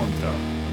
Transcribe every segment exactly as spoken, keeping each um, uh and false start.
Kontra.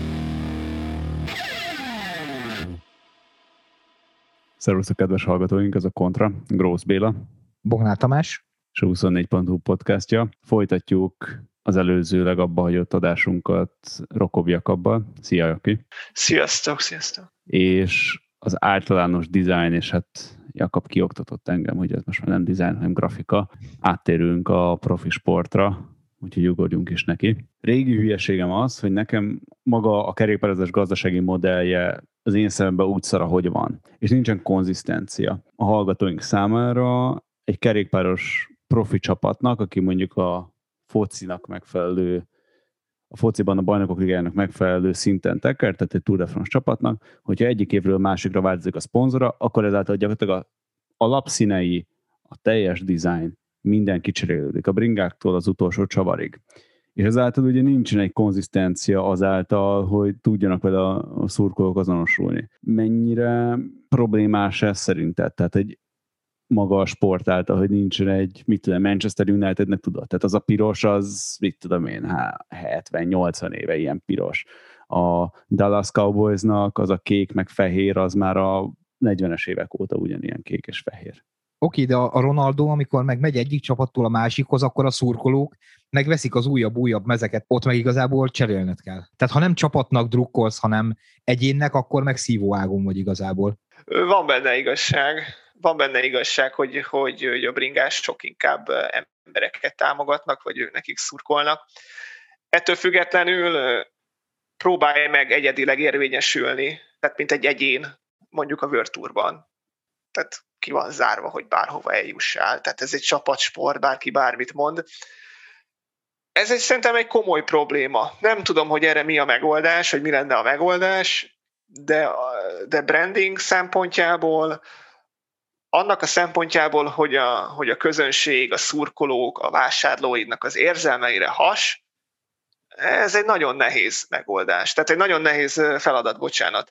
Szervusztok, kedves hallgatóink, ez a Kontra, Grósz Béla, Bognár Tamás, és a huszonnégy pont hu podcastja. Folytatjuk az előzőleg abba hagyott adásunkat Rokov Jakabbal. Szia, Jaki! Sziasztok, sziasztok! És az általános design, és hát Jakab kioktatott engem, hogy ez most már nem design, hanem grafika. Áttérünk a profi sportra, úgyhogy ugorjunk is neki. Régi hülyeségem az, hogy nekem maga a kerékpározás gazdasági modellje az én szememben úgy szar, ahogy van. És nincsen konzisztencia. A hallgatóink számára egy kerékpáros profi csapatnak, aki mondjuk a focinak megfelelő, a fociban a bajnokok ligájának megfelelő szinten teker, tehát egy Tour de France csapatnak, hogyha egyik évről másikra változik a szponzora, akkor ezáltal gyakorlatilag a alapszínei, a teljes design, minden kicserélődik, a bringáktól az utolsó csavarig. És ezáltal ugye nincsen egy konzisztencia azáltal, hogy tudjanak vele a, a szurkolók azonosulni. Mennyire problémás ez szerinted? Tehát egy maga a sport által, hogy nincsen egy, mit tudom, Manchester Unitednek tudod. Tehát az a piros, az, mit tudom én, hetven-nyolcvan éve ilyen piros. A Dallas Cowboysnak az a kék meg fehér, az már a negyvenes évek óta ugyanilyen kék és fehér. Oké, de a Ronaldo, amikor meg megy egyik csapattól a másikhoz, akkor a szurkolók megveszik az újabb-újabb mezeket, ott meg igazából cserélned kell. Tehát ha nem csapatnak drukkolsz, hanem egyénnek, akkor meg szívóágon vagy igazából. Van benne igazság. Van benne igazság, hogy, hogy, hogy a bringások inkább embereket támogatnak, vagy ők nekik szurkolnak. Ettől függetlenül próbálj meg egyedileg érvényesülni, tehát mint egy egyén, mondjuk a World Tourban. Tehát ki van zárva, hogy bárhova eljussál. Tehát ez egy csapatsport, bárki bármit mond. Ez egy, szerintem egy komoly probléma. Nem tudom, hogy erre mi a megoldás, hogy mi lenne a megoldás, de, de branding szempontjából, annak a szempontjából, hogy a, hogy a közönség, a szurkolók, a vásárlóidnak az érzelmeire has, ez egy nagyon nehéz megoldás. Tehát egy nagyon nehéz feladat, bocsánat.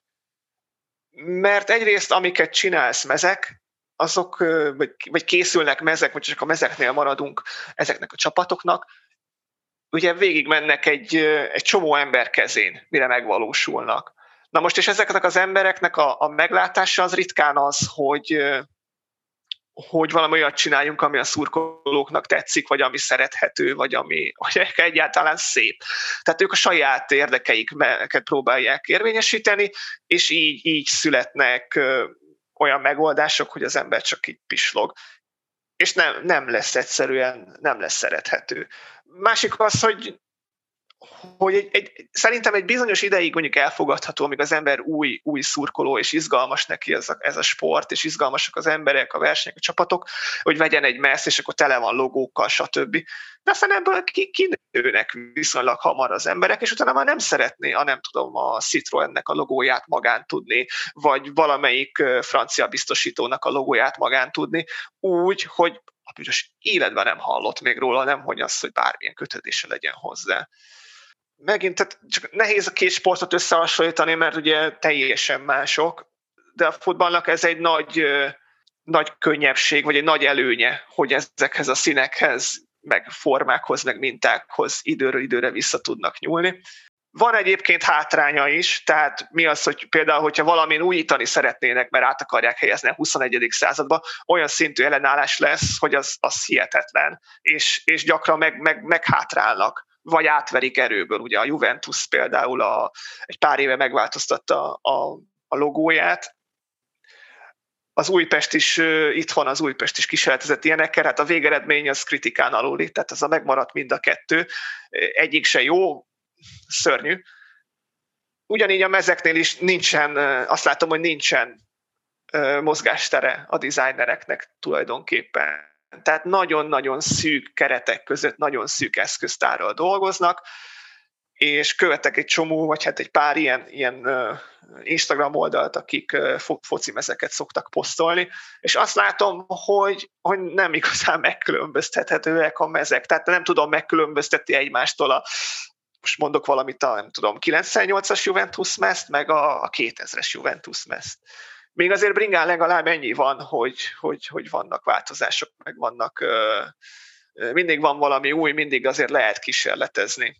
Mert egyrészt, amiket csinálsz mezek, azok, vagy, vagy készülnek mezek, vagy csak a mezeknél maradunk ezeknek a csapatoknak, ugye végig mennek egy, egy csomó ember kezén, mire megvalósulnak. Na most, és ezeknek az embereknek a, a meglátása az ritkán az, hogy, hogy valami olyat csináljunk, ami a szurkolóknak tetszik, vagy ami szerethető, vagy ami vagy egyáltalán szép. Tehát ők a saját érdekeiket próbálják érvényesíteni, és így, így születnek olyan megoldások, hogy az ember csak így pislog. És nem, nem lesz egyszerűen, nem lesz szerethető. Másik az, hogy, hogy egy, egy, szerintem egy bizonyos ideig mondjuk elfogadható, amíg az ember új, új szurkoló, és izgalmas neki ez a, ez a sport, és izgalmasak az emberek, a versenyek, a csapatok, hogy vegyen egy messz, és akkor tele van logókkal, stb. De aztán ebből kinőnek viszonylag hamar az emberek, és utána már nem szeretné, a nem tudom, a Citroennek a logóját magán tudni, vagy valamelyik francia biztosítónak a logóját magán tudni, úgy, hogy a büdös életben nem hallott még róla, nem hogy az, hogy bármilyen kötődése legyen hozzá. Megint, tehát csak nehéz a két sportot összehasonlítani, mert ugye teljesen mások, de a futballnak ez egy nagy, nagy könnyebbség, vagy egy nagy előnye, hogy ezekhez a színekhez, meg formákhoz, meg mintákhoz időről időre vissza tudnak nyúlni. Van egyébként hátránya is, tehát mi az, hogy például, hogyha valamin újítani szeretnének, mert át akarják helyezni a huszonegyedik századba, olyan szintű ellenállás lesz, hogy az, az hihetetlen, és, és gyakran meg, meg, meghátrálnak, vagy átverik erőből. Ugye a Juventus például a, egy pár éve megváltoztatta a, a logóját. Az Újpest is, itthon az Újpest is kísérletezett ilyenekkel, hát a végeredmény az kritikán aluli, tehát az a megmaradt mind a kettő. Egyik se jó, szörnyű. Ugyanígy a mezeknél is nincsen, azt látom, hogy nincsen mozgástere a designereknek tulajdonképpen. Tehát nagyon-nagyon szűk keretek között, nagyon szűk eszköztárral dolgoznak, és követek egy csomó, vagy hát egy pár ilyen, ilyen Instagram oldalt, akik focimezeket szoktak posztolni, és azt látom, hogy, hogy nem igazán megkülönböztethetőek a mezek. Tehát nem tudom megkülönböztetni egymástól a, most mondok valamit, a nem tudom, kilencvennyolcas Juventus mezt, meg a, a kétezres Juventus mezt. Még azért bringán legalább ennyi van, hogy, hogy, hogy vannak változások, meg vannak, mindig van valami új, mindig azért lehet kísérletezni.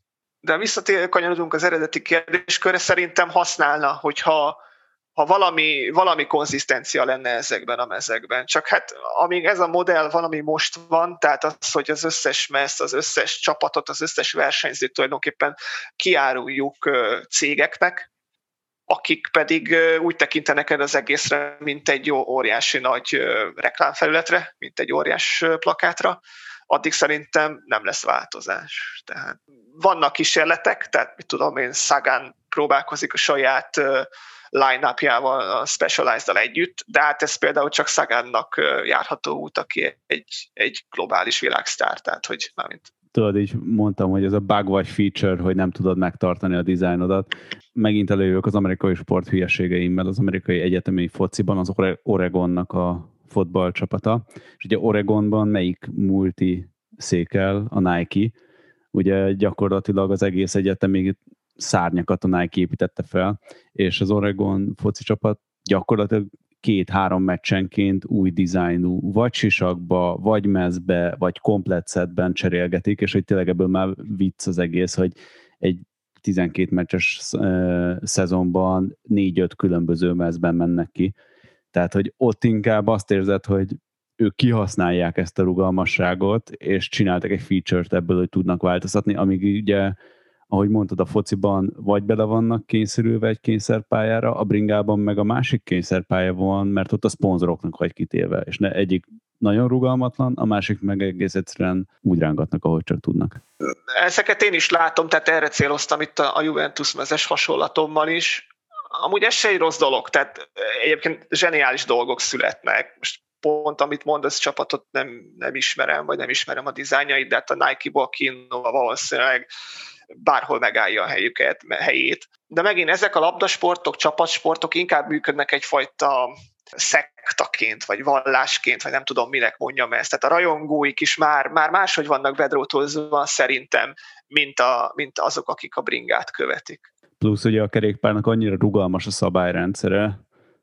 de visszakanyarodunk az eredeti kérdéskörre, szerintem használna, hogyha ha valami, valami konzisztencia lenne ezekben a mezekben. Csak hát amíg ez a modell valami most van, tehát az, hogy az összes mez, az összes csapatot, az összes versenyzőt tulajdonképpen kiáruljuk cégeknek, akik pedig úgy tekintenek el az egészre, mint egy jó óriási nagy reklámfelületre, mint egy óriás plakátra, addig szerintem nem lesz változás. Tehát vannak kísérletek, tehát mit tudom én, Sagan próbálkozik a saját line-upjával, a Specialized-dal együtt, de hát ez például csak Sagannak járható út, aki egy, egy globális világsztár, tehát hogy mármint. Tudod, így mondtam, hogy ez a bug vagy feature, hogy nem tudod megtartani a dizájnodat. Megint előjövök az amerikai sport hülyeségeimmel, az amerikai egyetemi fociban az Oregonnak a fotballcsapata, és ugye Oregonban melyik multi székel, a Nike, ugye gyakorlatilag az egész egyetemig szárnyakat a Nike építette fel, és az Oregon foci csapat gyakorlatilag két-három meccsenként új dizájnú, vagy sisakba, vagy mezbe, vagy komplett setben cserélgetik, és hogy tényleg ebből már vicc az egész, hogy egy tizenkét meccses szezonban négy-öt különböző mezben mennek ki. Tehát, hogy ott inkább azt érzed, hogy ők kihasználják ezt a rugalmasságot, és csináltak egy feature-t ebből, hogy tudnak változtatni, amíg ugye, ahogy mondtad, a fociban vagy bele vannak kényszerülve egy kényszerpályára, a bringában meg a másik kényszerpálya van, mert ott a szponzoroknak vagy kitéve, és ne egyik nagyon rugalmatlan, a másik meg egész egyszerűen úgy rángatnak, ahogy csak tudnak. Ezeket én is látom, tehát erre céloztam itt a Juventus mezes hasonlatommal is. Amúgy ez se egy rossz dolog, tehát egyébként zseniális dolgok születnek. Most pont, amit mondasz, csapatot nem, nem ismerem, vagy nem ismerem a dizájnjait, de hát a Nike-ból kiindulva valószínűleg bárhol megállja a helyüket, helyét. De megint ezek a labdasportok, csapatsportok inkább működnek egyfajta szektaként, vagy vallásként, vagy nem tudom, minek mondjam ezt. Tehát a rajongóik is már, már máshogy vannak bedrótolva szerintem, mint, a, mint azok, akik a bringát követik. Plusz ugye a kerékpárnak annyira rugalmas a szabályrendszere,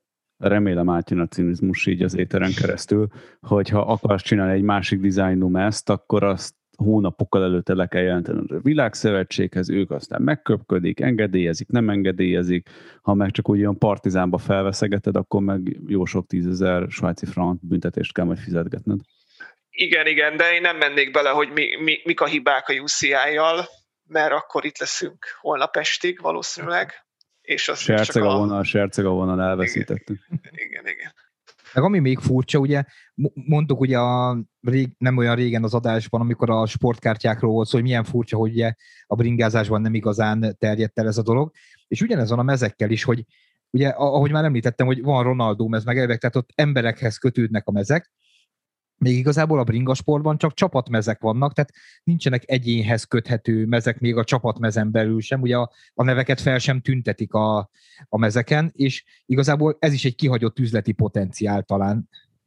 remélem átjön a cinizmus így az éteren keresztül, hogyha akarsz csinálni egy másik dizájnú mezt, akkor azt hónapokkal előtte le kell jelenteni a világszövetséghez, ők aztán megköpködik, engedélyezik, nem engedélyezik, ha meg csak úgy olyan partizánba felveszegeted, akkor meg jó sok tízezer svájci frank büntetést kell majd fizetgetned. Igen, igen, de én nem mennék bele, hogy mi, mi, mik a hibák a U C I-jal, mert akkor itt leszünk holnap estig valószínűleg. És azt Serceg a a vonal, serceg a vonal, elveszítettük. Igen, igen, igen. Meg ami még furcsa, ugye mondtuk ugye a rég, nem olyan régen az adásban, amikor a sportkártyákról volt szó, hogy milyen furcsa, hogy ugye a bringázásban nem igazán terjedt el ez a dolog, és ugyanez van a mezekkel is, hogy ugye ahogy már említettem, hogy van Ronaldo mez, meg elvek, tehát ott emberekhez kötődnek a mezek, még igazából a bringasportban csak csapatmezek vannak, tehát nincsenek egyénhez köthető mezek még a csapatmezen belül sem, ugye a, a neveket fel sem tüntetik a, a mezeken, és igazából ez is egy kihagyott üzleti potenciál talán.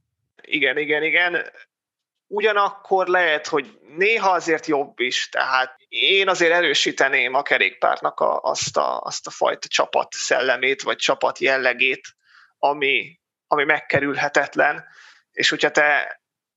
Igen, igen, igen. Ugyanakkor lehet, hogy néha azért jobb is, tehát én azért erősíteném a kerékpárnak a, azt, a, azt a fajta csapat szellemét, vagy csapat jellegét, ami, ami megkerülhetetlen, és hogyha te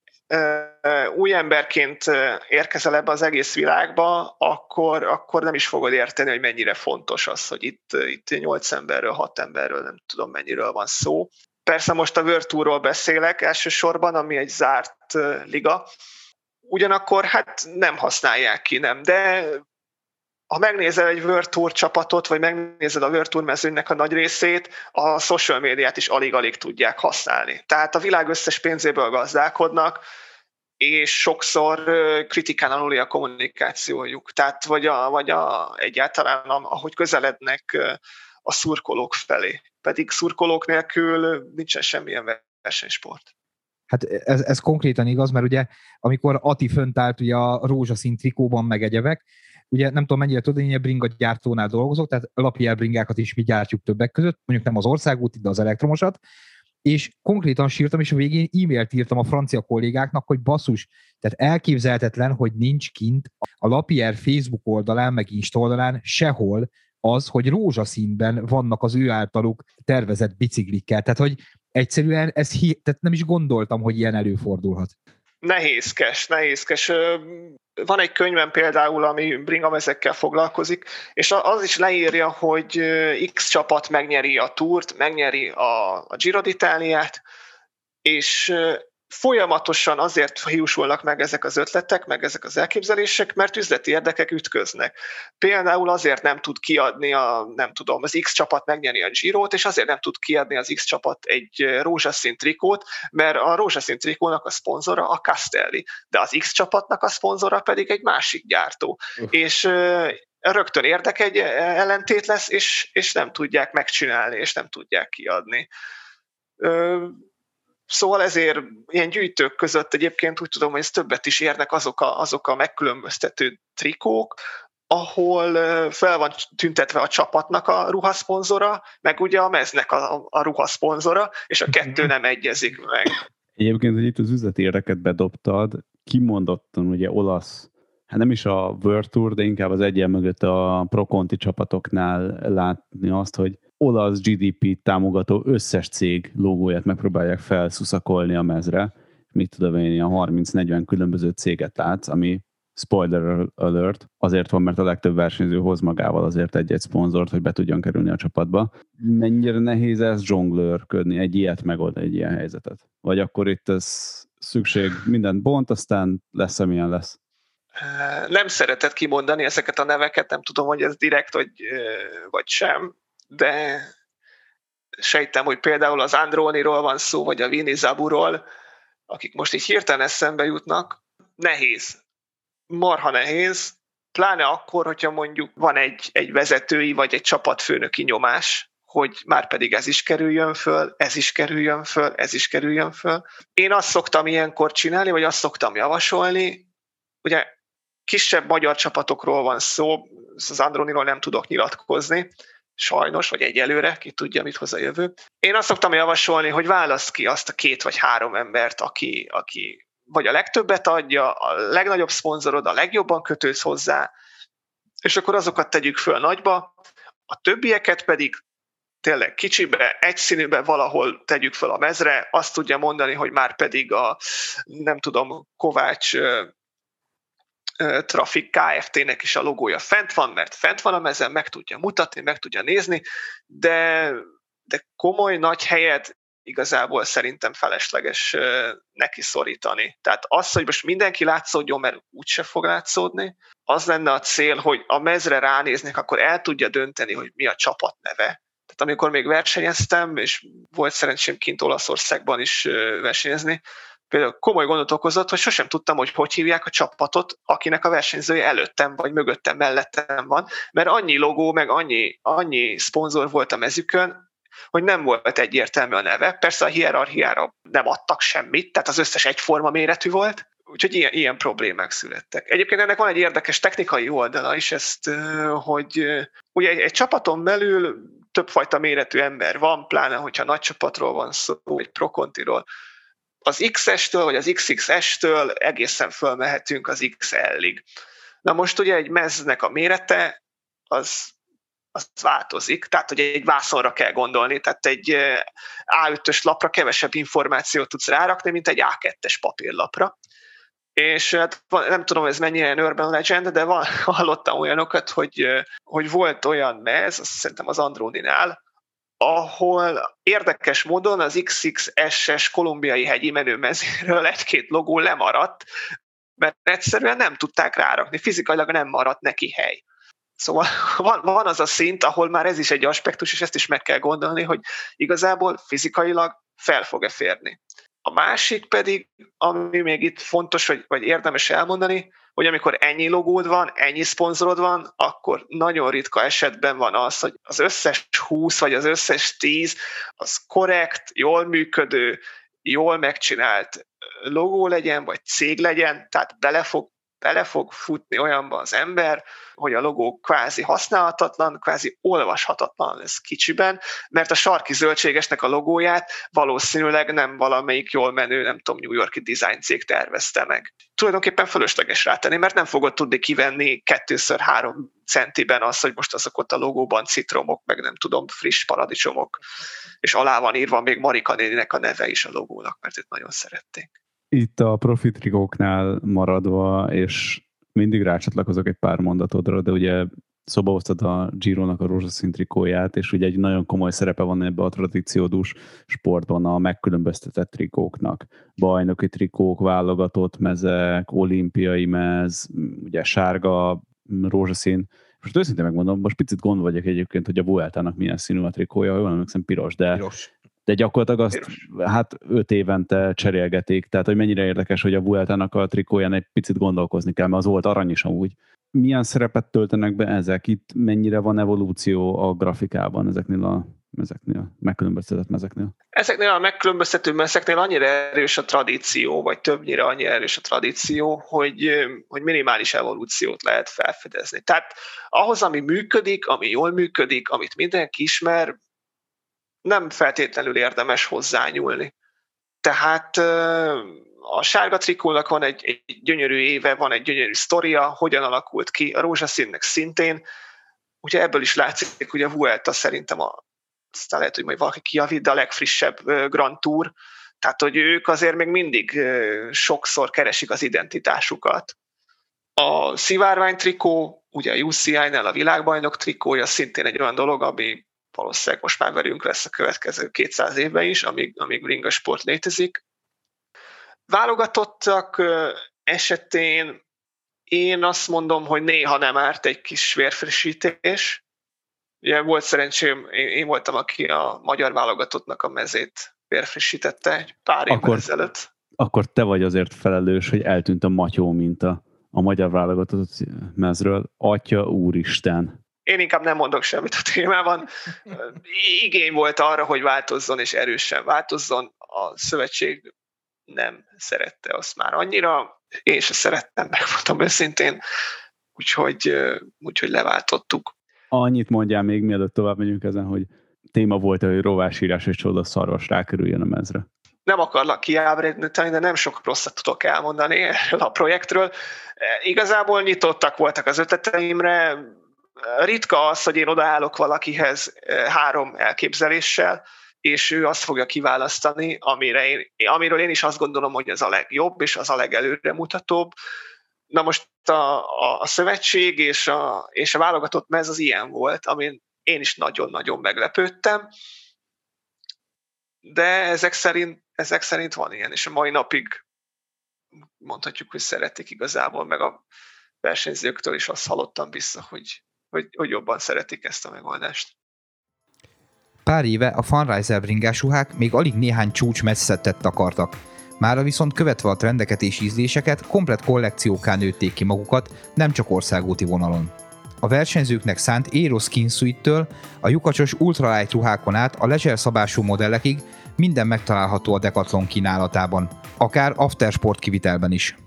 új emberként érkezel ebbe az egész világba, akkor, akkor nem is fogod érteni, hogy mennyire fontos az, hogy itt, itt nyolc emberről, hat emberről, nem tudom mennyiről van szó. Persze most a World Tourról beszélek elsősorban, ami egy zárt liga. Ugyanakkor hát nem használják ki, nem, de ha megnézel egy World Tour csapatot, vagy megnézed a World Tour mezőnynek a nagy részét, a social médiát is alig-alig tudják használni. Tehát a világ összes pénzéből gazdálkodnak, és sokszor kritikán aluli a kommunikációjuk. Tehát vagy, a, vagy a, egyáltalán ahogy közelednek a szurkolók felé. Pedig szurkolók nélkül nincsen semmilyen versenysport. Hát ez, ez konkrétan igaz, mert ugye amikor Ati fönt állt ugye a rózsaszín trikóban meg egyebek, ugye nem tudom mennyire tudod, én egy bringa gyártónál dolgozok, tehát Lapierre bringákat is mi gyártjuk többek között, mondjuk nem az országúti, de az elektromosat, és konkrétan sírtam, és a végén e-mailt írtam a francia kollégáknak, hogy basszus, tehát elképzelhetetlen, hogy nincs kint a Lapierre Facebook oldalán, meg Insta oldalán sehol az, hogy rózsaszínben vannak az ő általuk tervezett biciklikkel. Tehát, hogy egyszerűen ez hi- tehát nem is gondoltam, hogy ilyen előfordulhat. Nehézkes, nehézkes. Van egy könyvem például, ami bringamezekkel foglalkozik, és az is leírja, hogy X csapat megnyeri a Tourt, megnyeri a, a Giro d'Italiát, és folyamatosan azért hiúsulnak meg ezek az ötletek, meg ezek az elképzelések, mert üzleti érdekek ütköznek. Például azért nem tud kiadni a, nem tudom, az X csapat megnyeri a Girót, és azért nem tud kiadni az X csapat egy rózsaszín trikót, mert a rózsaszín trikónak a szponzora a Castelli, de az X csapatnak a szponzora pedig egy másik gyártó. Uh. És rögtön érdek egy ellentét lesz, és, és nem tudják megcsinálni, és nem tudják kiadni. Szóval ezért ilyen gyűjtők között egyébként úgy tudom, hogy ez többet is érnek azok a, azok a megkülönböztető trikók, ahol fel van tüntetve a csapatnak a ruhaszponzora, meg ugye a meznek a, a ruhaszponzora, és a kettő nem egyezik meg. Egyébként, hogy itt az üzleti érdeket bedobtad, kimondottan ugye olasz, hát nem is a World Tour, de inkább az egyen mögött a Pro Conti csapatoknál látni azt, hogy olasz gé dé pé támogató összes cég logóját megpróbálják felszuszakolni a mezre. Mit tudom én, ilyen harminc-negyven különböző céget látsz, ami spoiler alert, azért van, mert a legtöbb versenyző hoz magával azért egy-egy szponzort, hogy be tudjon kerülni a csapatba. Mennyire nehéz ez zsonglőrködni, egy ilyet megoldani, egy ilyen helyzetet? Vagy akkor itt ez szükség mindent bont, aztán lesz, amilyen lesz? Nem szeretett kimondani ezeket a neveket, nem tudom, hogy ez direkt, vagy, vagy sem, de sejtem, hogy például az Androniról van szó, vagy a Vini Zaburól, akik most így hirtelen eszembe jutnak. Nehéz. Marha nehéz, pláne akkor, hogyha mondjuk van egy, egy vezetői, vagy egy csapatfőnöki nyomás, hogy már pedig ez is kerüljön föl, ez is kerüljön föl, ez is kerüljön föl. Én azt szoktam ilyenkor csinálni, vagy azt szoktam javasolni, ugye kisebb magyar csapatokról van szó, az Androniról nem tudok nyilatkozni, sajnos, vagy egyelőre, ki tudja, mit hoz a jövő. Én azt szoktam javasolni, hogy válasz ki azt a két vagy három embert, aki, aki vagy a legtöbbet adja, a legnagyobb szponzorod, a legjobban kötődsz hozzá, és akkor azokat tegyük föl nagyba, a többieket pedig tényleg kicsibe, egyszínűbe valahol tegyük föl a mezre, azt tudja mondani, hogy már pedig a, nem tudom, Kovács Traffic Kft-nek is a logója fent van, mert fent van a mezen, meg tudja mutatni, meg tudja nézni, de, de komoly nagy helyet igazából szerintem felesleges neki szorítani. Tehát az, hogy most mindenki látszódjon, mert úgyse fog látszódni, az lenne a cél, hogy a mezre ránéznek, akkor el tudja dönteni, hogy mi a csapat neve. Tehát amikor még versenyeztem, és volt szerencsém kint Olaszországban is versenyezni, például komoly gondot okozott, hogy sosem tudtam, hogy hogy hívják a csapatot, akinek a versenyzője előttem, vagy mögöttem, mellettem van, mert annyi logó, meg annyi, annyi szponzor volt a mezükön, hogy nem volt egyértelmű a neve. Persze a hierarchiára nem adtak semmit, tehát az összes egyforma méretű volt, úgyhogy ilyen, ilyen problémák születtek. Egyébként ennek van egy érdekes technikai oldala is, ezt, hogy ugye egy, egy csapaton belül többfajta méretű ember van, pláne, hogyha nagy csapatról van szó, vagy Pro Contiról. Az iksz es-től, vagy az iksz iksz es-től egészen fölmehetünk az iksz el-ig. Na most ugye egy meznek a mérete, az az változik, tehát hogy egy vászonra kell gondolni, tehát egy á ötös lapra kevesebb információt tudsz rárakni, mint egy á kettes papírlapra. És hát nem tudom, ez mennyire ilyen urban legend, de van, hallottam olyanokat, hogy, hogy volt olyan mez, azt szerintem az Androninál, ahol érdekes módon az iksz iksz es-es kolumbiai hegyi menőmezéről egy-két logó lemaradt, mert egyszerűen nem tudták rárakni, fizikailag nem maradt neki hely. Szóval van, van az a szint, ahol már ez is egy aspektus, és ezt is meg kell gondolni, hogy igazából fizikailag fel fog-e férni. A másik pedig, ami még itt fontos, vagy, vagy érdemes elmondani, hogy amikor ennyi logód van, ennyi szponzorod van, akkor nagyon ritka esetben van az, hogy az összes húsz, vagy az összes tíz, az korrekt, jól működő, jól megcsinált logó legyen, vagy cég legyen, tehát bele fog bele fog futni olyanba az ember, hogy a logó kvázi használhatatlan, kvázi olvashatatlan lesz kicsiben, mert a sarki zöldségesnek a logóját valószínűleg nem valamelyik jól menő, nem tudom, New York-i design cég tervezte meg. Tulajdonképpen fölösleges rátenni, mert nem fogod tudni kivenni kettőször három centiben azt, hogy most azok ott a logóban citromok, meg nem tudom, friss paradicsomok, és alá van írva még Marika néninek a neve is a logónak, mert őt nagyon szerették. Itt a profi trikóknál maradva, és mindig rácsatlakozok egy pár mondatodra, de ugye szóba hoztad a Gironak a rózsaszín trikóját, és ugye egy nagyon komoly szerepe van ebbe a tradíciódús sportban a megkülönböztetett trikóknak. Bajnoki trikók, válogatott mezek, olimpiai mez, ugye sárga, rózsaszín. Most őszintén megmondom, most picit gond vagyok egyébként, hogy a Vueltának milyen színű a trikója, jól emlékszem piros, de... Piros. De gyakorlatilag azt hát öt évente cserélgetik, tehát hogy mennyire érdekes, hogy a Vueltának a trikóján egy picit gondolkozni kell, mert az volt arany is amúgy. Milyen szerepet töltenek be ezek? Itt mennyire van evolúció a grafikában ezeknél a mezeknél, megkülönböztetett mezeknél? Ezeknél a megkülönböztető mezeknél annyira erős a tradíció, vagy többnyire annyira erős a tradíció, hogy, hogy minimális evolúciót lehet felfedezni. Tehát ahhoz, ami működik, ami jól működik, amit mindenki ismer, nem feltétlenül érdemes hozzányúlni. Tehát a sárga trikónak van egy, egy gyönyörű éve, van egy gyönyörű sztoria, hogyan alakult ki, a rózsaszínnek szintén. Ugye ebből is látszik, hogy a Vuelta szerintem, a, aztán lehet, hogy majd valaki kijavít, de a legfrissebb Grand Tour, tehát hogy ők azért még mindig sokszor keresik az identitásukat. A szivárvány trikó, ugye a U C I-nál a világbajnok trikója szintén egy olyan dolog, ami valószínűleg most már velünk lesz a következő kétszáz évben is, amíg, amíg bringa sport létezik. Válogatottak esetén én azt mondom, hogy néha nem árt egy kis vérfrissítés. Ugye volt szerencsém, én, én voltam, aki a magyar válogatottnak a mezét vérfrissítette egy pár évvel akkor, ezelőtt. Akkor te vagy azért felelős, hogy eltűnt a Matyó minta a magyar válogatott mezről. Atya úristen! Én inkább nem mondok semmit a témában. Igény volt arra, hogy változzon, és erősen változzon. A szövetség nem szerette azt már annyira. Én se szerettem, megmondtam őszintén. Úgyhogy, úgyhogy leváltottuk. Annyit mondjál még, mielőtt tovább megyünk ezen, hogy téma volt, hogy rovásírás és csoda szarvas rákerüljön a mezre. Nem akarlak kiábredni, de nem sok rosszat tudok elmondani erről a projektről. Igazából nyitottak voltak az ötleteimre. Ritka az, hogy én odaállok valakihez három elképzeléssel, és ő azt fogja kiválasztani, amire én, amiről én is azt gondolom, hogy ez a legjobb, és az a legelőremutatóbb. Na most a, a, a szövetség és a, és a válogatott mez az ilyen volt, amin én is nagyon-nagyon meglepődtem, de ezek szerint, ezek szerint van ilyen, és a mai napig mondhatjuk, hogy szeretik igazából, meg a versenyzőktől is azt hallottam vissza, hogy Hogy, hogy jobban szeretik ezt a megoldást. Pár éve a Funriser bringásruhák még alig néhány csúcs messzettet takartak. Mára viszont követve a trendeket és ízléseket, komplett kollekciókká nőtték ki magukat, nem csak országúti vonalon. A versenyzőknek szánt Aero Skin Suite-től a lyukacsos ultralight ruhákon át a leisure szabású modellekig minden megtalálható a Decathlon kínálatában, akár aftersport kivitelben is.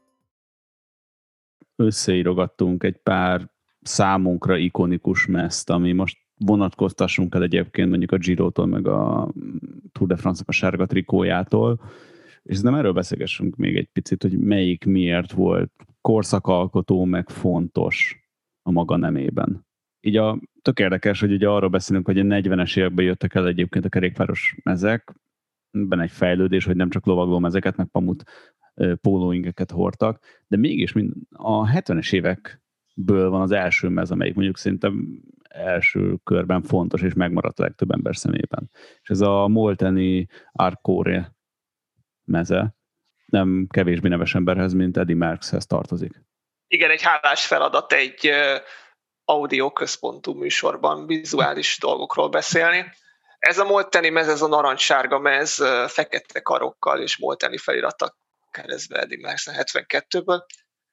Összeírogattunk egy pár számunkra ikonikus mezt, ami most vonatkoztassunk el egyébként mondjuk a Girotól, meg a Tour de France-nak a sárga trikójától, és nem erről beszélgessünk még egy picit, hogy melyik miért volt korszakalkotó, meg fontos a maga nemében. Így a, tök érdekes, hogy ugye arról beszélünk, hogy a negyvenes években jöttek el egyébként a kerékpáros mezek, benne egy fejlődés, hogy nem csak lovagló mezeket, meg pamut pólóingeket hordtak, de mégis a hetvenes évek ből van az első mez, amelyik mondjuk szerintem első körben fontos, és megmaradt a legtöbb ember szemében. És ez a Molteni Arcore meze nem kevésbé neves emberhez, mint Eddie Merckxhez tartozik. Igen, egy hálás feladat egy audio központú műsorban vizuális dolgokról beszélni. Ez a Molteni mez, ez a narancssárga mez, fekete karokkal és Molteni felirattal keresztbe Eddie Merckx hetvenkettőből.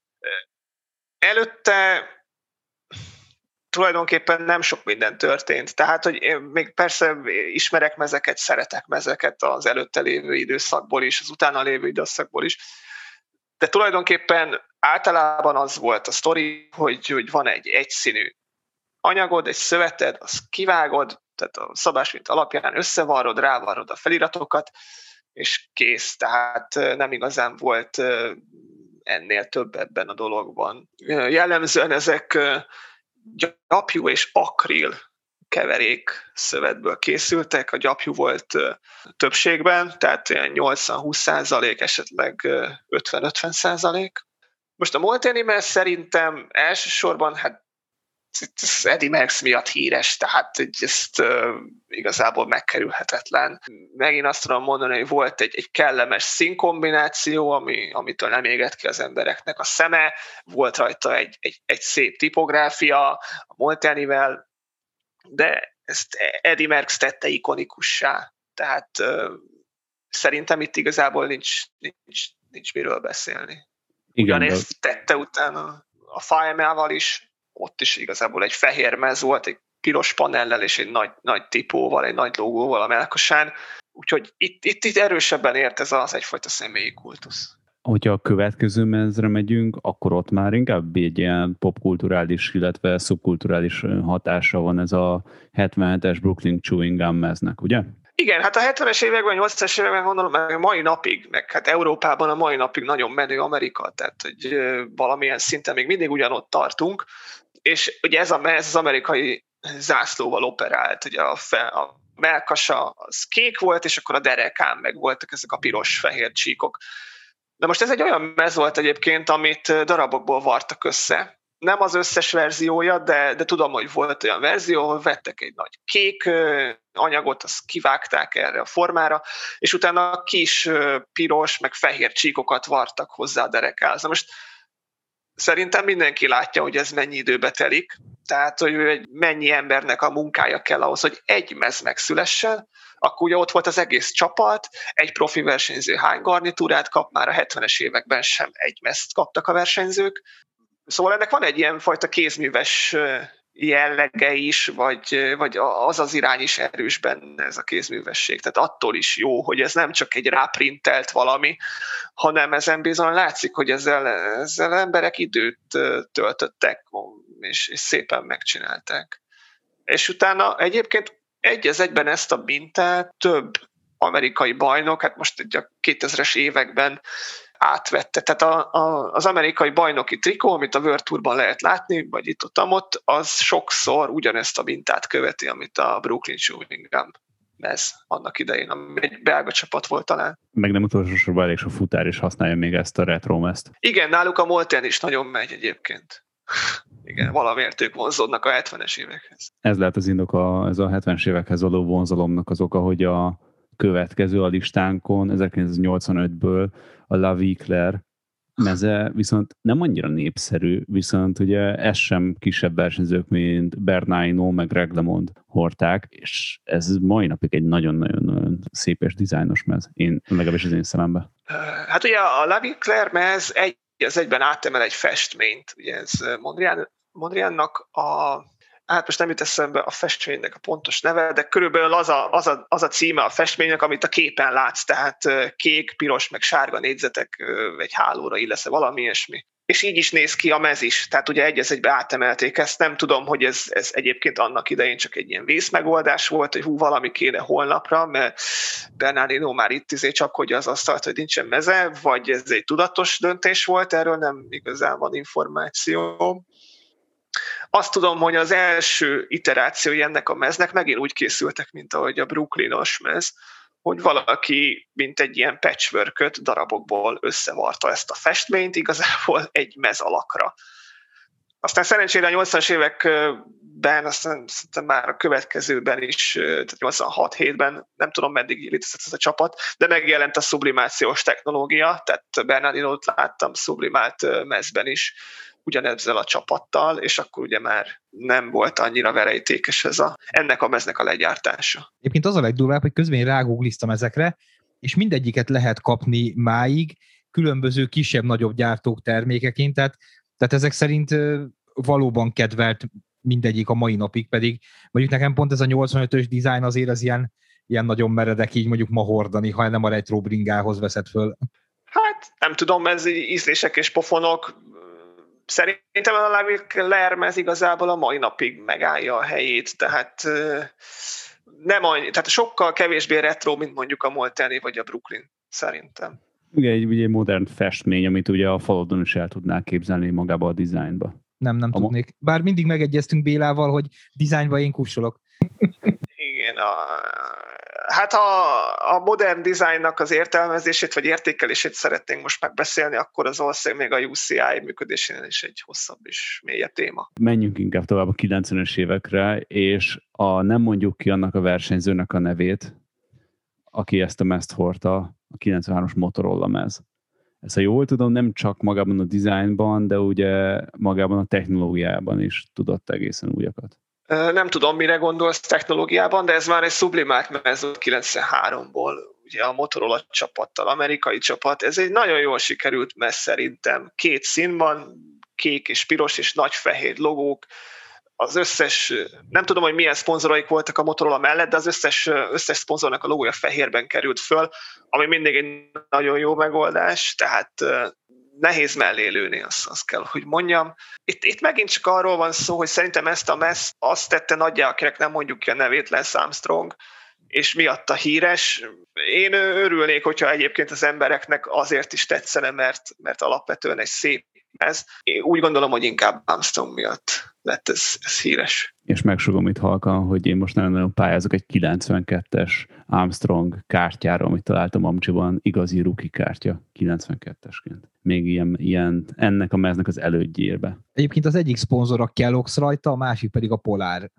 Előtte tulajdonképpen nem sok minden történt. Tehát, hogy én még persze ismerek mezeket, szeretek mezeket az előtte lévő időszakból is, az utána lévő időszakból is, de tulajdonképpen általában az volt a sztori, hogy, hogy van egy egyszínű anyagod, egy szöveted, azt kivágod, tehát a szabásmint alapján összevarrod, rávarrod a feliratokat, és kész. Tehát nem igazán volt ennél több ebben a dologban. Jellemzően ezek gyapjú és akril keverék szövetből készültek, a gyapjú volt többségben, tehát nyolcvan-húsz százalék, esetleg ötven-ötven százalék. Most a Molteni mez szerintem elsősorban hát ez Eddie Merckx miatt híres, tehát ezt uh, igazából megkerülhetetlen. Megint azt tudom mondani, hogy volt egy, egy kellemes színkombináció, ami, amitől nem égett ki az embereknek a szeme, volt rajta egy, egy, egy szép tipográfia a Moltenivel, de ezt Eddie Merckx tette ikonikussá. Tehát uh, szerintem itt igazából nincs, nincs, nincs miről beszélni. Ugyanezt tette utána a Fireman-val is, ott is igazából egy fehér mez volt, egy piros panellel és egy nagy, nagy tipóval, egy nagy logóval a melkasán. Úgyhogy itt, itt, itt erősebben ért ez az egyfajta személyi kultusz. Hogyha a következő mezre megyünk, akkor ott már inkább egy ilyen popkulturális, illetve szubkulturális hatása van ez a hetvenhetes Brooklyn Chewing Gum meznek, ugye? Igen, hát a hetvenes években, nyolcvanas években gondolom, meg a mai napig, meg hát Európában a mai napig nagyon menő Amerika, tehát hogy valamilyen szinten még mindig ugyanott tartunk, és ugye ez a mez az amerikai zászlóval operált, ugye a, fe, a melkasa az kék volt, és akkor a derekán meg voltak ezek a piros-fehér csíkok. De most ez egy olyan mez volt egyébként, amit darabokból vartak össze. Nem az összes verziója, de, de tudom, hogy volt olyan verzió, ahol vettek egy nagy kék anyagot, azt kivágták erre a formára, és utána kis piros, meg fehér csíkokat vartak hozzá a derekához. Most szerintem mindenki látja, hogy ez mennyi időbe telik, tehát hogy mennyi embernek a munkája kell ahhoz, hogy egy mez megszülessen, akkor ugye ott volt az egész csapat, egy profi versenyző hány garnitúrát kap, már a hetvenes években sem egy mezt kaptak a versenyzők. Szóval ennek van egy ilyen fajta kézműves jellege is, vagy, vagy az az irány is erős benne, ez a kézművesség. Tehát attól is jó, hogy ez nem csak egy ráprintelt valami, hanem ezen bizony látszik, hogy ezzel, ezzel emberek időt töltöttek, és, és szépen megcsinálták. És utána egyébként egy az egyben ezt a mintát több amerikai bajnok, hát most egy a kétezres években átvette. Tehát a, a, az amerikai bajnoki trikó, amit a World Tourban lehet látni, vagy itt ott, ott, az sokszor ugyanezt a mintát követi, amit a Brooklyn Chewing Gum mez annak idején, ami egy belga csapat volt talán. Meg nem utolsó sorban elég sok futár is használja még ezt a retro mezt. Igen, náluk a Molten is nagyon megy egyébként. Igen, valamiért ők vonzódnak a hetvenes évekhez. Ez lehet az indok, a, ez a hetvenes évekhez való vonzalomnak az oka, hogy a következő a listánkon ezerkilencszáznyolcvanötből a La Vie Claire meze viszont nem annyira népszerű, viszont ugye ez sem kisebb versenyzők, mint Bernardino, meg Greg LeMond hordták, és ez mai napig egy nagyon-nagyon szép és dizájnos mez, én legalábbis az én szememben. Hát ugye a La Vie Claire mez egy, az egyben átemel egy festményt, ugye ez Mondrian, Mondriannak a hát most nem jut eszembe a festménynek a pontos neve, de körülbelül az a, az, a, az a címe a festménynek, amit a képen látsz, tehát kék, piros, meg sárga négyzetek egy hálóra illesz, valami ilyesmi. És így is néz ki a mez is, tehát ugye egy az egybe átemelték ezt, nem tudom, hogy ez, ez egyébként annak idején csak egy ilyen vészmegoldás volt, hogy hú, valami kéne holnapra, mert Bernardino már itt izé csak, hogy az asztalt, hogy nincsen meze, vagy ez egy tudatos döntés volt, erről nem igazán van információ. Azt tudom, hogy az első iterációi ennek a meznek megint úgy készültek, mint ahogy a Brooklynos mez, hogy valaki, mint egy ilyen patchworköt darabokból összevarta ezt a festményt, igazából egy mez alakra. Aztán szerencsére a nyolcvanas években, aztán, aztán már a következőben is, tehát nyolcvanhat hétben, nem tudom meddig létezett ez a csapat, de megjelent a sublimációs technológia, tehát Bernardinót láttam sublimált mezben is, ugyanezzel a csapattal, és akkor ugye már nem volt annyira verejtékes ez a, ennek a meznek a legyártása. Egyébként az a legdurvább, hogy közben én rágoogliztam ezekre, és mindegyiket lehet kapni máig, különböző kisebb-nagyobb gyártók termékeként, tehát, tehát ezek szerint valóban kedvelt mindegyik a mai napig, pedig mondjuk nekem pont ez a nyolcvanötös dizájn azért az ilyen, ilyen nagyon meredek így mondjuk ma hordani, ha nem a retro bringához veszed föl. Hát nem tudom, ez ízlések és pofonok. Szerintem a La Vie Claire mez igazából a mai napig megállja a helyét, tehát nem annyi, tehát sokkal kevésbé retro, mint mondjuk a Molteni vagy a Brooklyn, szerintem. Ugye egy, egy modern festmény, amit ugye a falodon is el tudnál képzelni magába a dizájnba. Nem, nem a tudnék. Bár mindig megegyeztünk Bélával, hogy dizájnba én kussolok. Igen, a, hát ha a modern designnak az értelmezését vagy értékelését szeretnénk most megbeszélni, akkor az valószínűleg még a U C I működésénél is egy hosszabb és mélyebb téma. Menjünk inkább tovább a kilencvenes évekre, és a, nem mondjuk ki annak a versenyzőnek a nevét, aki ezt a mezt hordta, a kilencvenhármas Motorola mez. Ezt, ha jól tudom, nem csak magában a dizájnban, de ugye magában a technológiában is tudott egészen újakat. Nem tudom, mire gondolsz technológiában, de ez már egy sublimált mez kilencvenháromból, ugye a Motorola csapattal, amerikai csapat. Ez egy nagyon jól sikerült mez szerintem. Két színban, kék és piros és nagy fehér logók. Az összes, nem tudom, hogy milyen szponzoraik voltak a Motorola mellett, de az összes, összes szponzornak a logója fehérben került föl, ami mindig egy nagyon jó megoldás, tehát nehéz mellé lőni, azt, azt kell, hogy mondjam. Itt, itt megint csak arról van szó, hogy szerintem ezt a mez azt tette nagyjából, akinek nem mondjuk ki a nevét, Lance Armstrong, és miatta híres. Én örülnék, hogyha egyébként az embereknek azért is tetszene, mert, mert alapvetően egy szép mez. Én úgy gondolom, hogy inkább Armstrong miatt lett ez, ez híres. És megsugom itt halkan, hogy én most nagyon-nagyon pályázok egy kilencvenkettes Armstrong kártyára, amit találtam Amcsiban, igazi rookie kártya, kilencvenkettesként. Még ilyen, ilyen ennek a meznek az elődjérbe. Egyébként az egyik szponzor a Kellogg's rajta, a másik pedig a Polar.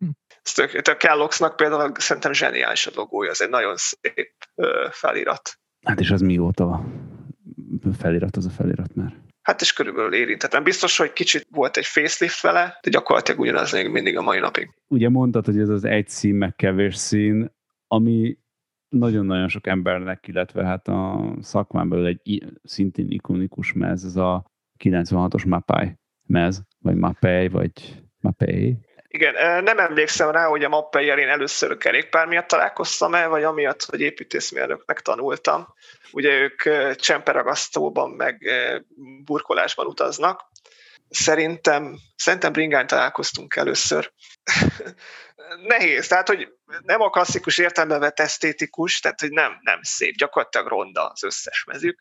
A Kellogg'snak például szerintem zseniális a logója, ez egy nagyon szép felirat. Hát és az mióta felirat az a felirat már? Hát és körülbelül érintetlen. Biztos, hogy kicsit volt egy facelift vele, de gyakorlatilag ugyanaz még mindig a mai napig. Ugye mondtad, hogy ez az egy szín, meg kevés szín, ami nagyon-nagyon sok embernek, illetve hát a szakmán belül egy szintén ikonikus mez, ez a kilencvenhatos Mapei mez, vagy Mapei, vagy Mapei. Igen, nem emlékszem rá, hogy a Mapei-jel én először a kerékpár miatt találkoztam el, vagy amiatt, hogy építészmérnöknek tanultam. Ugye ők csemperagasztóban, meg burkolásban utaznak. Szerintem, szerintem bringán találkoztunk először. Nehéz, tehát, hogy nem a klasszikus értelemben vett esztétikus, tehát, hogy nem, nem szép, gyakorlatilag ronda az összes mezük,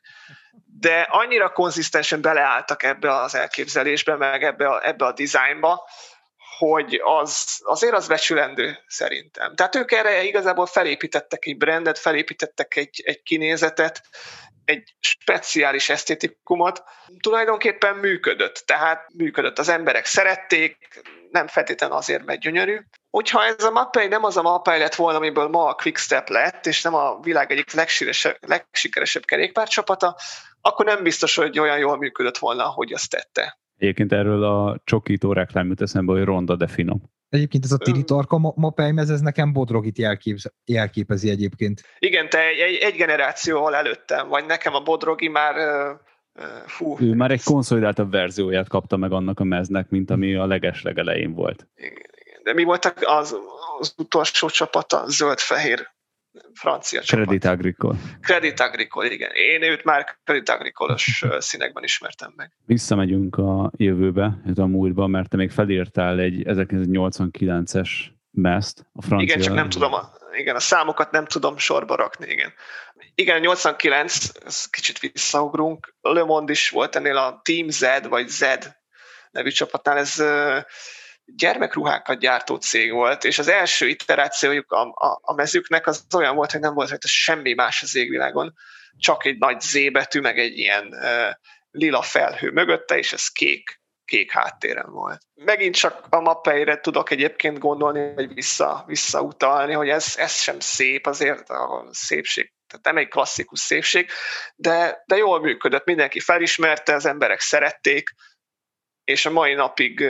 de annyira konzisztensen beleálltak ebbe az elképzelésbe, meg ebbe a, ebbe a dizájnba, hogy az, azért az becsülendő szerintem. Tehát ők erre igazából felépítettek egy brandet, felépítettek egy, egy kinézetet, egy speciális esztétikumot, tulajdonképpen működött. Tehát működött, az emberek szerették, nem feltétlenül azért, mert gyönyörű. Hogyha ez a Mapei nem az a Mapei lett volna, amiből ma a Quickstep lett, és nem a világ egyik legsikeresebb kerékpárcsapata, akkor nem biztos, hogy olyan jól működött volna, ahogy azt tette. Egyébként erről a csokító reklám jut eszembe, hogy ronda, de finom. Egyébként ez a tiritarka Mapei mez, ez nekem Bodrogit jelképez, jelképezi egyébként. Igen, te egy, egy, egy generációval előttem, vagy nekem a Bodrogi már... Uh, fú. Ő már egy konszolidáltabb verzióját kapta meg annak a meznek, mint ami a legeslegelején volt. Igen, igen. De mi voltak az, az utolsó csapata? Zöld-fehér francia csapat. Credit Agricole. Credit Agricole, igen. Én őt már Credit Agricole-os színekben ismertem meg. Visszamegyünk a jövőbe, a múltba, mert te még felírtál egy ezerkilencszáznyolcvankilences mezt, a francia... Igen, csak nem tudom, a, igen, a számokat nem tudom sorba rakni, igen. Igen, nyolcvankilenc, ez kicsit visszaugrunk, Le Monde is volt ennél a Team Z, vagy Z nevű csapatnál, ez gyermekruhákat gyártó cég volt, és az első iterációjuk a, a, a mezüknek az olyan volt, hogy nem volt rajta semmi más az égvilágon, csak egy nagy Z betű, meg egy ilyen uh, lila felhő mögötte, és ez kék, kék háttéren volt. Megint csak a Mapeire tudok egyébként gondolni, vagy vissza, visszautalni, hogy ez, ez sem szép, azért a szépség, tehát nem egy klasszikus szépség, de, de jól működött, mindenki felismerte, az emberek szerették, és a mai napig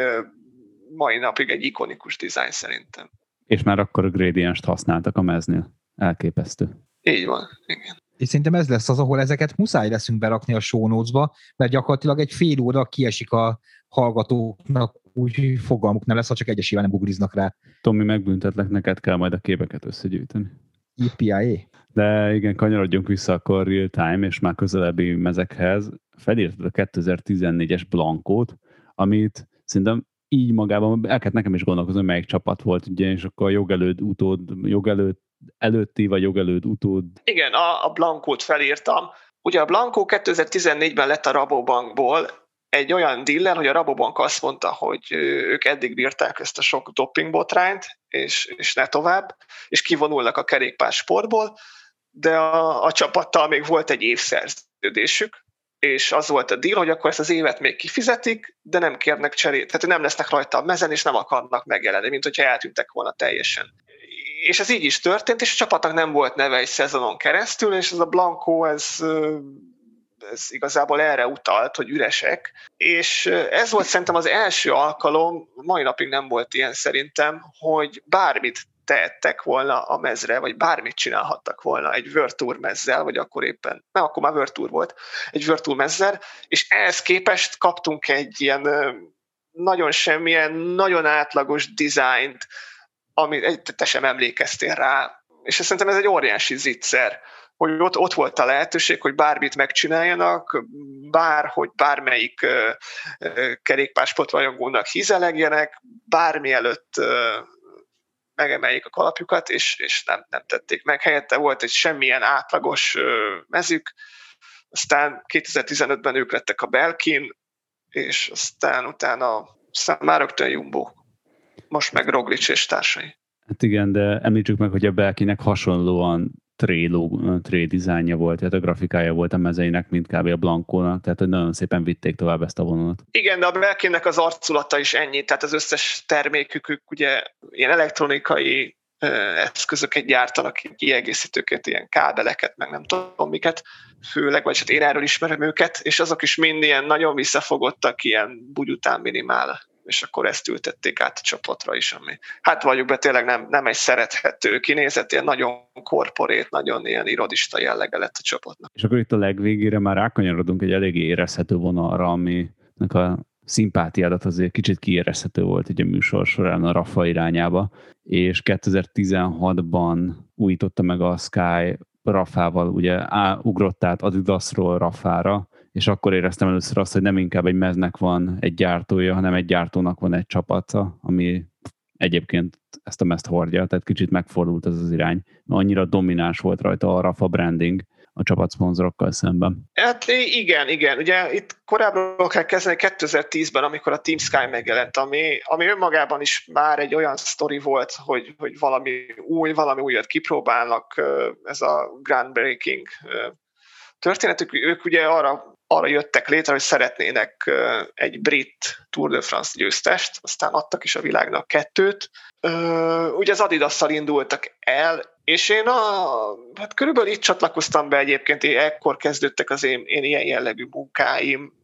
mai napig egy ikonikus dizájn szerintem. És már akkor a gradienst használtak a meznél. Elképesztő. Így van, igen. És szerintem ez lesz az, ahol ezeket muszáj leszünk berakni a show notes-ba, mert gyakorlatilag egy fél óra kiesik a hallgatóknak, úgyhogy fogalmuk nem lesz, ha csak egyesével nem googliznak rá. Tomi, megbüntetlek, neked kell majd a képeket összegyűjteni. i pé i á? De igen, kanyarodjunk vissza akkor real time, és már közelebbi mezekhez. Felírtad a kétezer-tizennégyes Blankót, amit szerintem így magában, el kellett nekem is gondolkozni, melyik csapat volt, ugye, és akkor a jogelőd utód, jogelőd előtti, vagy jogelőd utód. Igen, a, a Blankót felírtam. Ugye a Blankó kétezer-tizennégyben lett a Rabobankból egy olyan dealer, hogy a Rabobank azt mondta, hogy ők eddig bírták ezt a sok dopingbotrányt, és, és ne tovább, és kivonulnak a kerékpársportból, de a, a csapattal még volt egy évszerződésük, és az volt a deal, hogy akkor ezt az évet még kifizetik, de nem kérnek cserét, tehát nem lesznek rajta a mezen, és nem akarnak megjelenni, mint hogyha eltűntek volna teljesen. És ez így is történt, és a csapatnak nem volt neve egy szezonon keresztül, és ez a Blanco, ez, ez igazából erre utalt, hogy üresek. És ez volt szerintem az első alkalom, mai napig nem volt ilyen szerintem, hogy bármit tehettek volna a mezre, vagy bármit csinálhattak volna egy World Tour mezzel, vagy akkor éppen, nem, akkor már World Tour volt, egy World Tour mezzel, és ehhez képest kaptunk egy ilyen nagyon semmilyen, nagyon átlagos dizájnt, amit te sem emlékeztél rá, és szerintem ez egy óriási zicser, hogy ott, ott volt a lehetőség, hogy bármit megcsináljanak, bárhogy bármelyik uh, uh, kerékpársportrajongónak hízelegjenek, bármi előtt uh, megemeljék a kalapjukat, és, és nem, nem tették meg. Helyette volt egy semmilyen átlagos uh, mezük, aztán kétezer-tizenötben ők lettek a Belkin, és aztán utána aztán már rögtön Jumbo. Most meg Roglic és társai. Hát igen, de említsük meg, hogy a Belkinek hasonlóan tré dizájnja volt, tehát a grafikája volt a mezeinek, mint kb. A Blancónak, tehát hogy nagyon szépen vitték tovább ezt a vonalat. Igen, de a Belkinnek az arculata is ennyi, tehát az összes termékük, ugye ilyen elektronikai eszközöket gyártanak, kiegészítőket, ilyen kábeleket, meg nem tudom miket, főleg, vagy hát én erről ismerem őket, és azok is mind ilyen nagyon visszafogottak, ilyen bugyután minimál, és akkor ezt ültették át a csapatra is, ami hát valljuk be, tényleg nem, nem egy szerethető kinézet, ilyen nagyon korporét, nagyon ilyen irodista jellege lett a csapatnak. És akkor itt a legvégére már rákanyarodunk egy eléggé érezhető vonalra, aminek a szimpátiádat azért kicsit kiérezhető volt így a műsor során a Rafa irányába, és kétezer-tizenhatban újította meg a Sky Rafával, ugye á, ugrott át Adidasról Rafára, és akkor éreztem először azt, hogy nem inkább egy meznek van egy gyártója, hanem egy gyártónak van egy csapata, ami egyébként ezt a mezt hordja, tehát kicsit megfordult ez az irány, mert annyira domináns volt rajta a Rafa branding a csapatszponzorokkal szemben. Hát igen, igen. Ugye itt korábban kell kezdeni kétezer-tízben, amikor a Team Sky megjelent, ami, ami önmagában is már egy olyan sztori volt, hogy, hogy valami új, valami újat kipróbálnak, ez a groundbreaking történetük. Ők ugye arra arra jöttek létre, hogy szeretnének egy brit Tour de France győztest, aztán adtak is a világnak kettőt. Ugye az Adidasszal indultak el, és én a, hát körülbelül itt csatlakoztam be egyébként, én ekkor kezdődtek az én, én ilyen jellegű munkáim,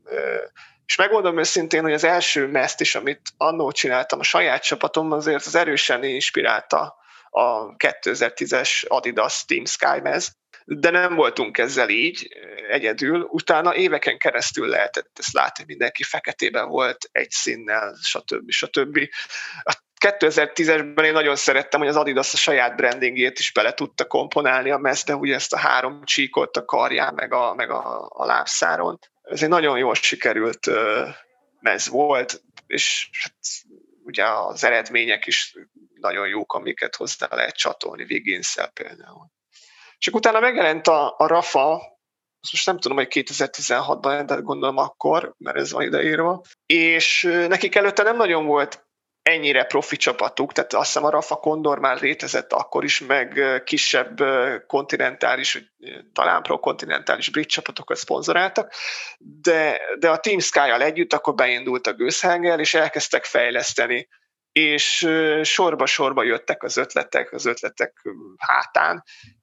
és megmondom őszintén, hogy az első mezt is, amit annól csináltam a saját csapatom, azért az erősen inspirálta a kétezer-tízes Adidas Team Sky mez, de nem voltunk ezzel így egyedül. Utána éveken keresztül lehetett ezt látni, mindenki feketében volt, egy színnel, stb. stb. A kétezer-tízesben én nagyon szerettem, hogy az Adidas a saját brandingjét is bele tudta komponálni a mezbe, ugye ezt a három csíkot a karján, meg a, meg a, a lábszáron. Ez egy nagyon jól sikerült uh, mez volt, és hát, ugye az eredmények is nagyon jók, amiket hozzá lehet csatolni, Wiggins-szel például. Csak utána megjelent a, a Rafa, most nem tudom, hogy kétezer-tizenhatban, de gondolom akkor, mert ez van ideírva, és nekik előtte nem nagyon volt ennyire profi csapatuk, tehát azt hiszem a Rafa Condor már létezett akkor is, meg kisebb kontinentális, talán pro-kontinentális brit csapatokat szponzoráltak, de, de a Team Sky-jal együtt akkor beindult a gőzhengel, és elkezdtek fejleszteni, és sorba-sorba jöttek az ötletek, az ötletek hátán,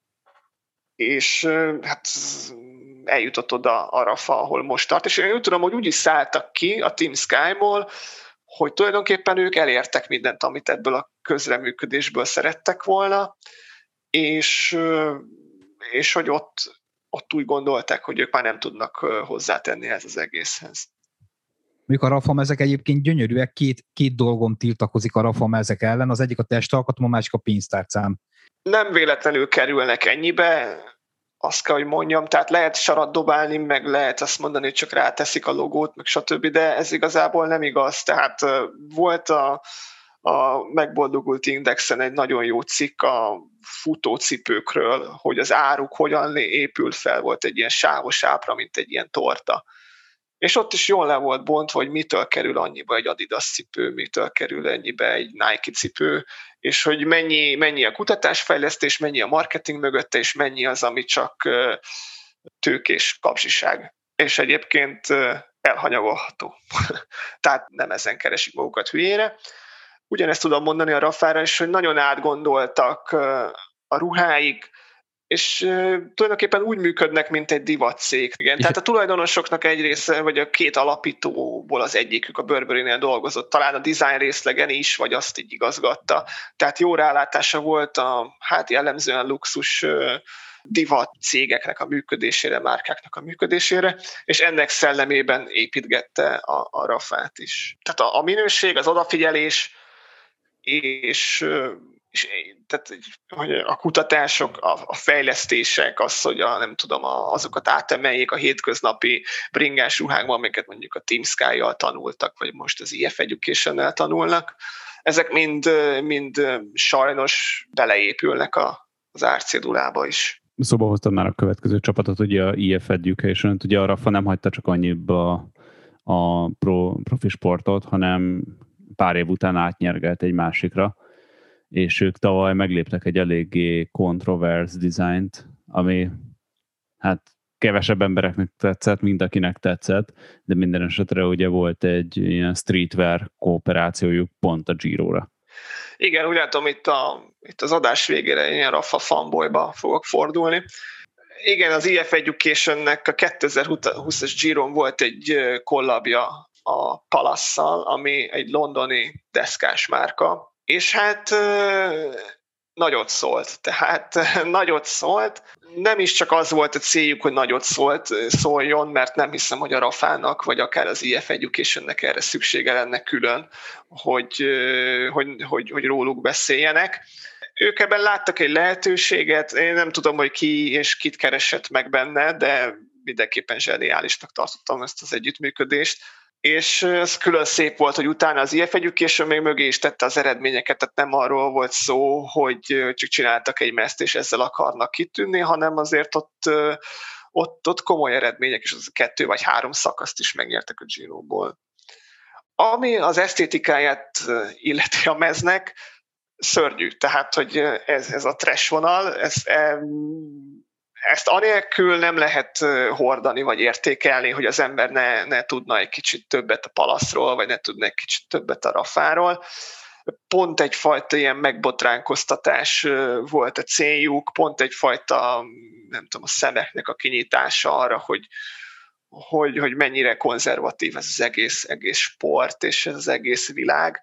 és hát eljutott oda a Rafa, ahol most tart, és én úgy tudom, hogy úgy is szálltak ki a Team Sky-ból, hogy tulajdonképpen ők elértek mindent, amit ebből a közreműködésből szerettek volna, és, és hogy ott, ott úgy gondolták, hogy ők már nem tudnak hozzátenni ez az egészhez. Mondjuk a Rafa mezek egyébként gyönyörűek, két, két dolgom tiltakozik a Rafa mezek ellen, az egyik a testalkatom, a másik a pénztárcám. Nem véletlenül kerülnek ennyibe, azt kell, hogy mondjam, tehát lehet sarat dobálni, meg lehet azt mondani, hogy csak ráteszik a logót, meg stb., de ez igazából nem igaz. Tehát volt a, a Megboldogult Indexen egy nagyon jó cikk a futócipőkről, hogy az áruk hogyan épül fel, volt egy ilyen sávos ábra, mint egy ilyen torta. És ott is jól le volt bontva, hogy mitől kerül annyiba egy Adidas cipő, mitől kerül ennyibe egy Nike cipő, és hogy mennyi, mennyi a kutatásfejlesztés, mennyi a marketing mögötte, és mennyi az, ami csak tőkés kapzsiság. És egyébként elhanyagolható. Tehát nem ezen keresik magukat hülyére. Ugyanezt tudom mondani a Rafára is, hogy nagyon átgondoltak a ruháik, és uh, tulajdonképpen úgy működnek, mint egy divatcég. Igen, tehát a tulajdonosoknak egy része, vagy a két alapítóból az egyikük a Burberrynél dolgozott, talán a design részlegen is, vagy azt így igazgatta. Tehát jó rálátása volt a hát jellemzően luxus uh, divat cégeknek a működésére, márkáknak a működésére, és ennek szellemében építgette a, a Rafát is. Tehát a, a minőség, az odafigyelés, és uh, és tehát, hogy a kutatások, a, a fejlesztések, az, hogy a, nem tudom, a, azokat átemeljék a hétköznapi bringás ruhákban, amiket mondjuk a Team Sky-jal tanultak, vagy most az i ef Education-nel tanulnak, ezek mind, mind sajnos beleépülnek a, az árcédulába is. Szóba hoztam már a következő csapatot, ugye a i ef Education-t, ugye a Rafa nem hagyta csak annyiba a pro, profi sportot, hanem pár év után átnyergelt egy másikra, és ők tavaly megléptek egy eléggé kontroversz dizájnt, ami hát kevesebb embereknek tetszett, mint akinek tetszett, de minden esetre ugye volt egy ilyen streetwear kooperációjuk pont a Giro-ra. Igen, úgy látom, itt, a, itt az adás végére ilyen Rafa fanboyba fogok fordulni. Igen, az i ef Educationnek a kétezer-húszas Giron volt egy kollabja a Palace-szal, ami egy londoni deszkás márka, és hát nagyot szólt, tehát nagyot szólt. Nem is csak az volt a céljuk, hogy nagyot szólt, szóljon, mert nem hiszem, hogy a Rafának, vagy akár az i ef Educationnek erre szüksége lenne külön, hogy, hogy, hogy, hogy róluk beszéljenek. Ők ebben láttak egy lehetőséget, én nem tudom, hogy ki és kit keresett meg benne, de mindenképpen zseniálisnak tartottam ezt az együttműködést. És ez külön szép volt, hogy utána az i ef Education még mögé is tette az eredményeket, tehát nem arról volt szó, hogy csak csináltak egy meszt, és ezzel akarnak kitűnni, hanem azért ott, ott, ott komoly eredmények, és az kettő vagy három szakaszt is megnyertek a Giroból. Ami az esztétikáját illeti a meznek, szörnyű. Tehát, hogy ez, ez a trash vonal, ez... Ezt anélkül nem lehet hordani vagy értékelni, hogy az ember ne, ne tudna egy kicsit többet a Palaszról, vagy ne tudna egy kicsit többet a Rafáról. Pont egyfajta ilyen megbotránkoztatás volt a céljuk, pont egyfajta, nem tudom, a szemeknek a kinyitása arra, hogy, hogy, hogy mennyire konzervatív ez az egész, egész sport, és ez az egész világ.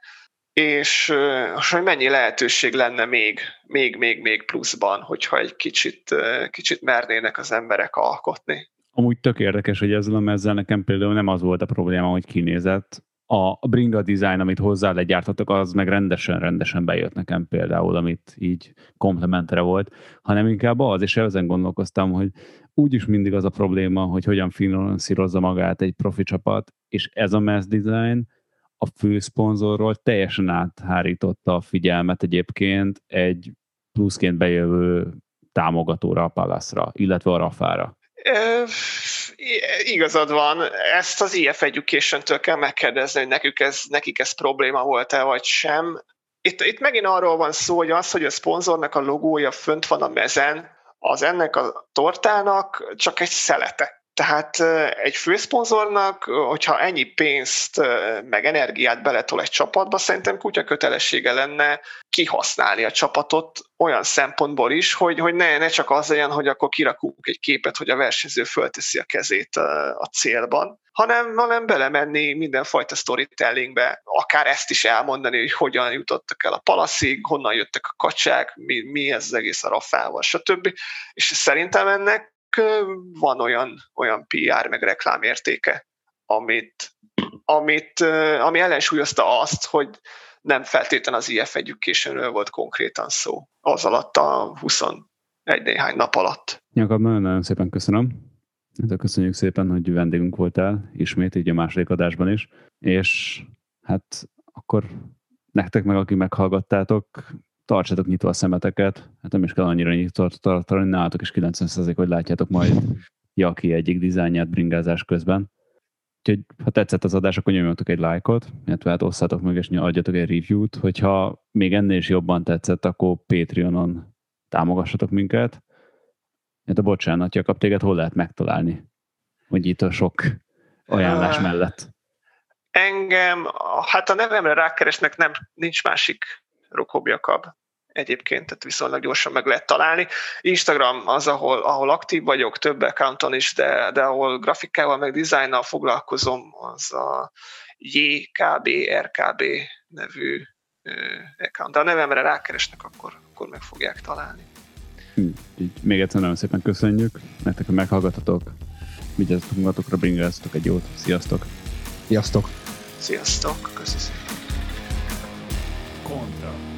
És hogy mennyi lehetőség lenne még, még, még, még pluszban, hogyha egy kicsit, kicsit mernének az emberek alkotni. Amúgy tök érdekes, hogy ezzel a mezzel nekem például nem az volt a probléma, hogy kinézett. A bringa design, amit hozzá legyártottak, az meg rendesen-rendesen bejött nekem például, amit így komplementere volt, hanem inkább az, és ezen gondolkoztam, hogy úgyis mindig az a probléma, hogy hogyan finanszírozza magát egy profi csapat, és ez a mezz design a főszponzorról teljesen áthárította a figyelmet egyébként egy pluszként bejövő támogatóra, a Palace-ra, illetve a Rafára. E, igazad van, ezt az i ef Education-től kell megkérdezni, hogy nekik ez, nekik ez probléma volt-e, vagy sem. Itt, itt megint arról van szó, hogy az, hogy a szponzornak a logója fönt van a mezen, az ennek a tortának csak egy szelete. Tehát egy főszponzornak, hogyha ennyi pénzt meg energiát beletol egy csapatba, szerintem kutya kötelessége lenne kihasználni a csapatot olyan szempontból is, hogy, hogy ne, ne csak az legyen, hogy akkor kirakunk egy képet, hogy a versenyző fölteszi a kezét a célban, hanem, hanem belemenni mindenfajta storytellingbe, akár ezt is elmondani, hogy hogyan jutottak el a Palaszig, honnan jöttek a kacsák, mi, mi ez az egész a Rafával, stb. És szerintem ennek van olyan, olyan pé er meg reklámértéke, amit, amit, ami ellensúlyozta azt, hogy nem feltétlenül az i ef Educationről volt konkrétan szó az alatt a huszonegy néhány nap alatt. Jakab, nagyon-nagyon szépen köszönöm. De köszönjük szépen, hogy vendégünk voltál ismét, így a második adásban is, és hát akkor nektek meg, akik meghallgattátok, tartsatok nyitva a szemeteket, hát nem is kell annyira nyitva tartani, nálatok is kilencven százalék, hogy látjátok majd Jaki egyik dizájnját bringázás közben. Úgyhogy ha tetszett az adás, akkor nyomjatok egy lájkot, illetve hát osszátok meg és adjatok egy review-t. Hogyha még ennél is jobban tetszett, akkor Patreonon támogassatok minket. Hát a bocsánat, Jakab, téged hol lehet megtalálni? Hogy itt a sok ajánlás uh, mellett. Engem, hát a nevemre rákeresnek, nem, nincs másik Rokób Jakab egyébként, tehát viszonylag gyorsan meg lehet találni. Instagram az, ahol, ahol aktív vagyok, több accounton is, de, de ahol grafikával meg dizájnnal foglalkozom, az a jé ká bé er ká bé nevű account. De a nevemre rákeresnek, akkor, akkor meg fogják találni. Hm, még egyszer nagyon szépen köszönjük, nektek, hogy meghallgatatok, vigyázzatok magatokra, bringázzatok egy jót, sziasztok! Sziasztok! Sziasztok, köszönöm szépen! Kontra.